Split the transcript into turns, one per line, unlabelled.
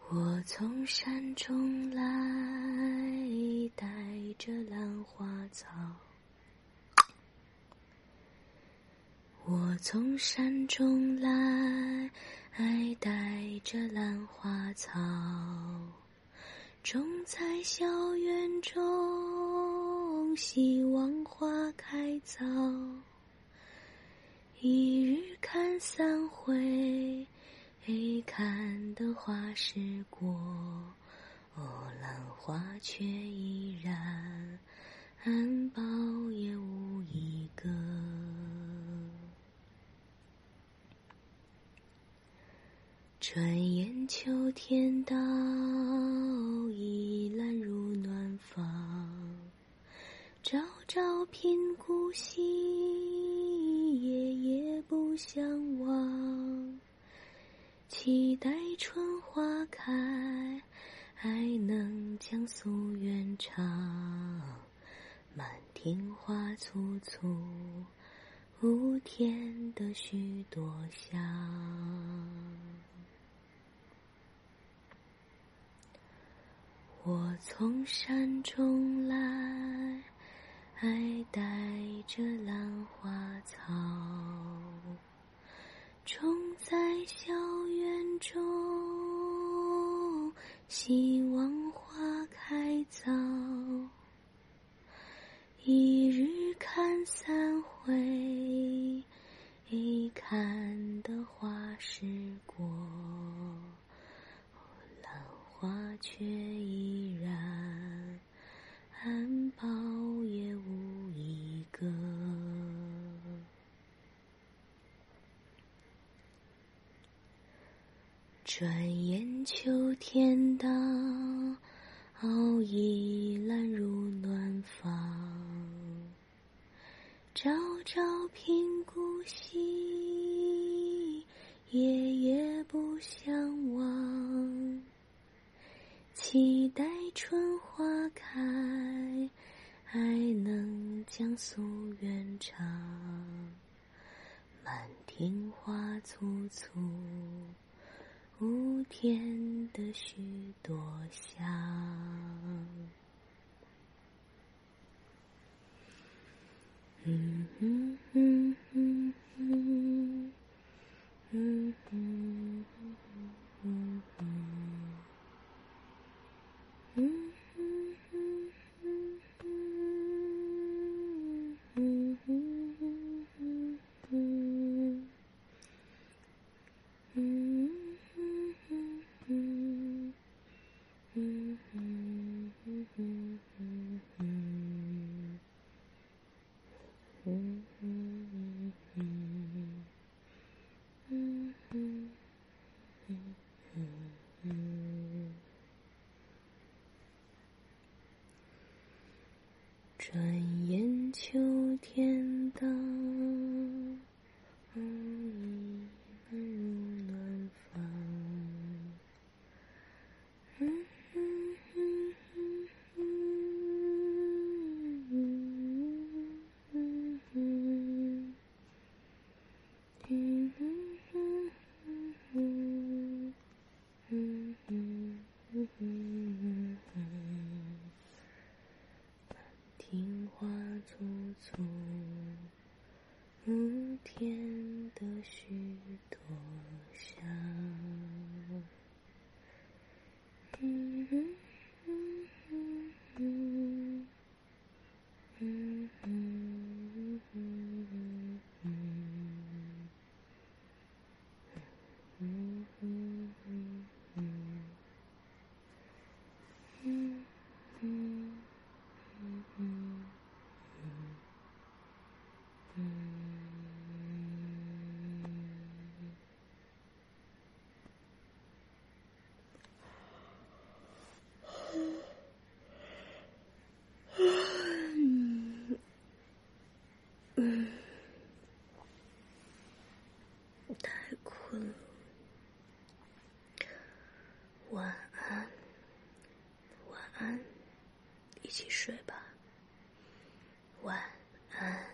我从山中来，带着兰花草。我从山中来，带着兰花草。种在校园中，希望花开早。一日看三回，看得花时过。兰花却依然，苞也无一个。转眼秋天到，倚栏入暖房。朝朝频顾惜，夜夜不相忘。期待春花开，能将夙愿偿。满庭花簇簇，无添的许多香。我从山中来，带着兰花草。种在校园中，希望花开早。一日看三回，看得花时过。兰花却依然，苞也无一个。转眼秋天到，倚栏入暖房。朝朝频顾惜，夜夜不相忘。期待春花开，能将夙愿偿。满庭花簇簇，无添的许多香。转眼秋天到，倚栏入暖房。庭花簇簇，无添的许多香。太困了，晚安，晚安，一起睡吧，晚安。